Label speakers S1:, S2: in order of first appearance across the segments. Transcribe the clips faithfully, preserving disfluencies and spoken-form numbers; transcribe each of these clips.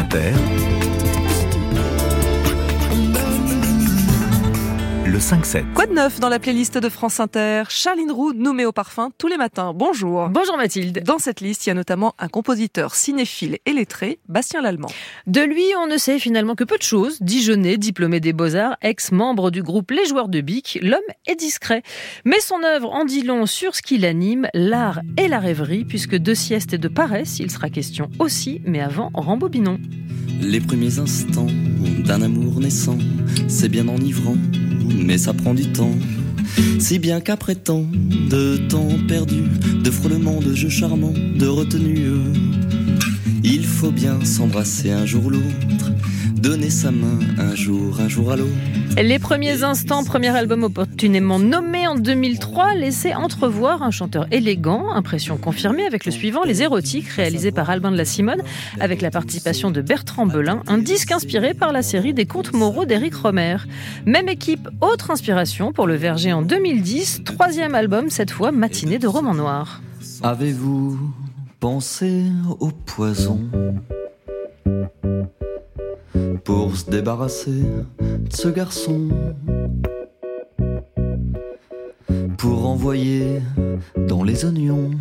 S1: Inter, le cinq sept.
S2: Quoi de neuf dans la playlist de France Inter? Charline Roux nous met au parfum tous les matins. Bonjour.
S3: Bonjour Mathilde.
S2: Dans cette liste, il y a notamment un compositeur cinéphile et lettré, Bastien Lallemand.
S3: De lui, on ne sait finalement que peu de choses. Dijonnais, diplômé des Beaux-Arts, ex-membre du groupe Les Joueurs de Bic, l'homme est discret. Mais son œuvre en dit long sur ce qui l'anime, l'art et la rêverie, puisque de sieste et de paresse, il sera question aussi, mais avant, rembobinons.
S4: Les premiers instants d'un amour naissant, c'est bien enivrant, mais ça prend du temps. Si bien qu'après tant de temps perdu, de frôlements, de jeux charmants, de retenue, il faut bien s'embrasser un jour ou l'autre, donner sa main un jour, un jour à l'autre.
S3: Les premiers instants, premier album opportunément nommé en deux mille trois, laissait entrevoir un chanteur élégant, impression confirmée avec le suivant, Les Érotiques, réalisé par Albin de la Simone, avec la participation de Bertrand Belin, un disque inspiré par la série des contes moraux d'Éric Rohmer. Même équipe, autre inspiration pour Le Verger en deux mille dix, troisième album, cette fois matinée de roman noir.
S4: Avez-vous pensé au poison pour se débarrasser de ce garçon, pour envoyer dans les oignons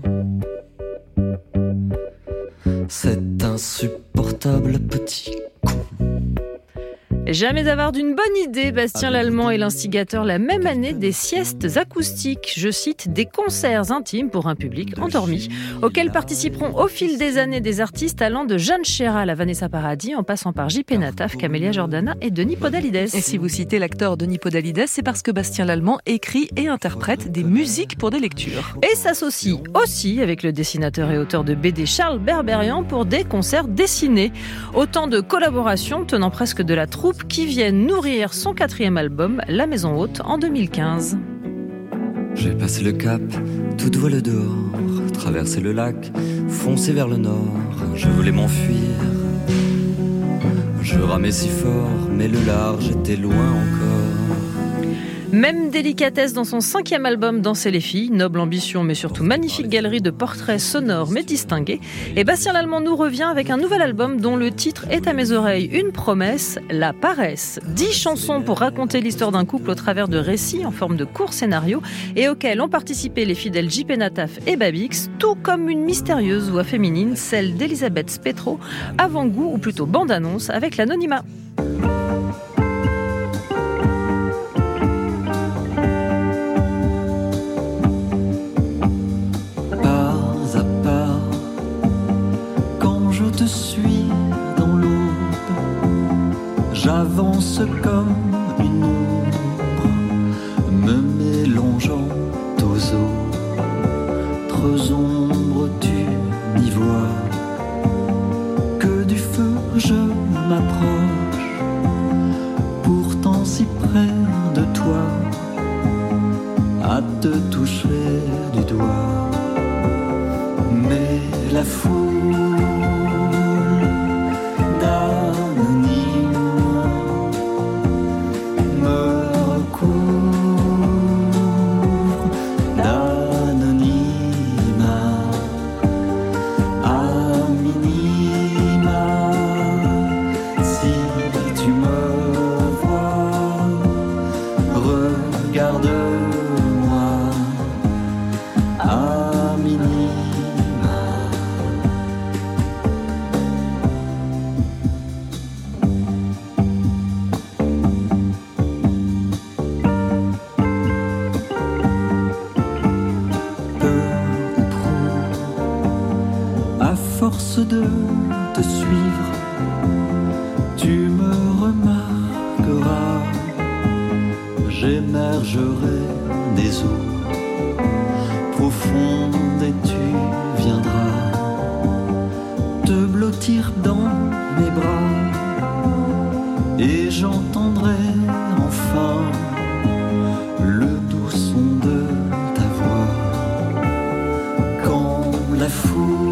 S4: cet insupportable petit con?
S3: Jamais avare d'une bonne idée, Bastien Lallemand est l'instigateur la même année des siestes acoustiques, je cite, des concerts intimes pour un public endormi, auxquels participeront au fil des années des artistes allant de Jeanne Chéral à Vanessa Paradis, en passant par J P Nataf, Camélia Jordana et Denis Podalides.
S2: Et si vous citez l'acteur Denis Podalides, c'est parce que Bastien Lallemand écrit et interprète des musiques pour des lectures.
S3: Et s'associe aussi avec le dessinateur et auteur de B D Charles Berberian pour des concerts dessinés. Autant de collaborations tenant presque de la troupe qui viennent nourrir son quatrième album, La Maison Haute, en deux mille quinze.
S4: J'ai passé le cap, toute voile dehors, traversé le lac, foncé vers le nord. Je voulais m'enfuir, je ramais si fort, mais le large était loin encore.
S3: Même délicatesse dans son cinquième album Danser les filles, noble ambition mais surtout magnifique galerie de portraits sonores mais distingués. Et Bastien Lallemand nous revient avec un nouvel album dont le titre est à mes oreilles une promesse, La Paresse. Dix chansons pour raconter l'histoire d'un couple au travers de récits en forme de court scénario et auxquels ont participé les fidèles J P Nataf et Babix, tout comme une mystérieuse voix féminine, celle d'Elisabeth Spetro, avant-goût ou plutôt bande-annonce avec l'anonymat.
S4: Je suis dans l'aube, j'avance comme une ombre, me mélangeant aux autres ombres du miroir. Que du feu je m'approche, pourtant si près de toi, à te toucher du doigt. Mais la foule de te suivre, tu me remarqueras, j'émergerai des eaux profondes et tu viendras te blottir dans mes bras et j'entendrai enfin le doux son de ta voix quand la foule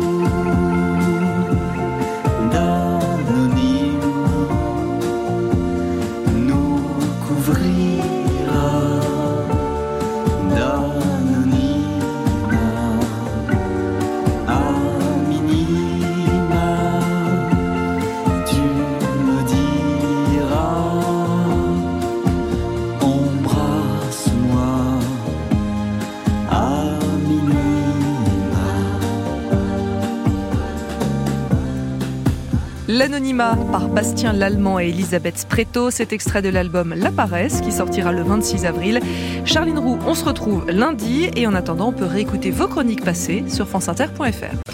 S2: L'Anonymat par Bastien Lallemand et Elisabeth Spreto, c'est extrait de l'album La Paresse qui sortira le vingt-six avril. Charline Roux, on se retrouve lundi et en attendant, on peut réécouter vos chroniques passées sur franceinter point f r.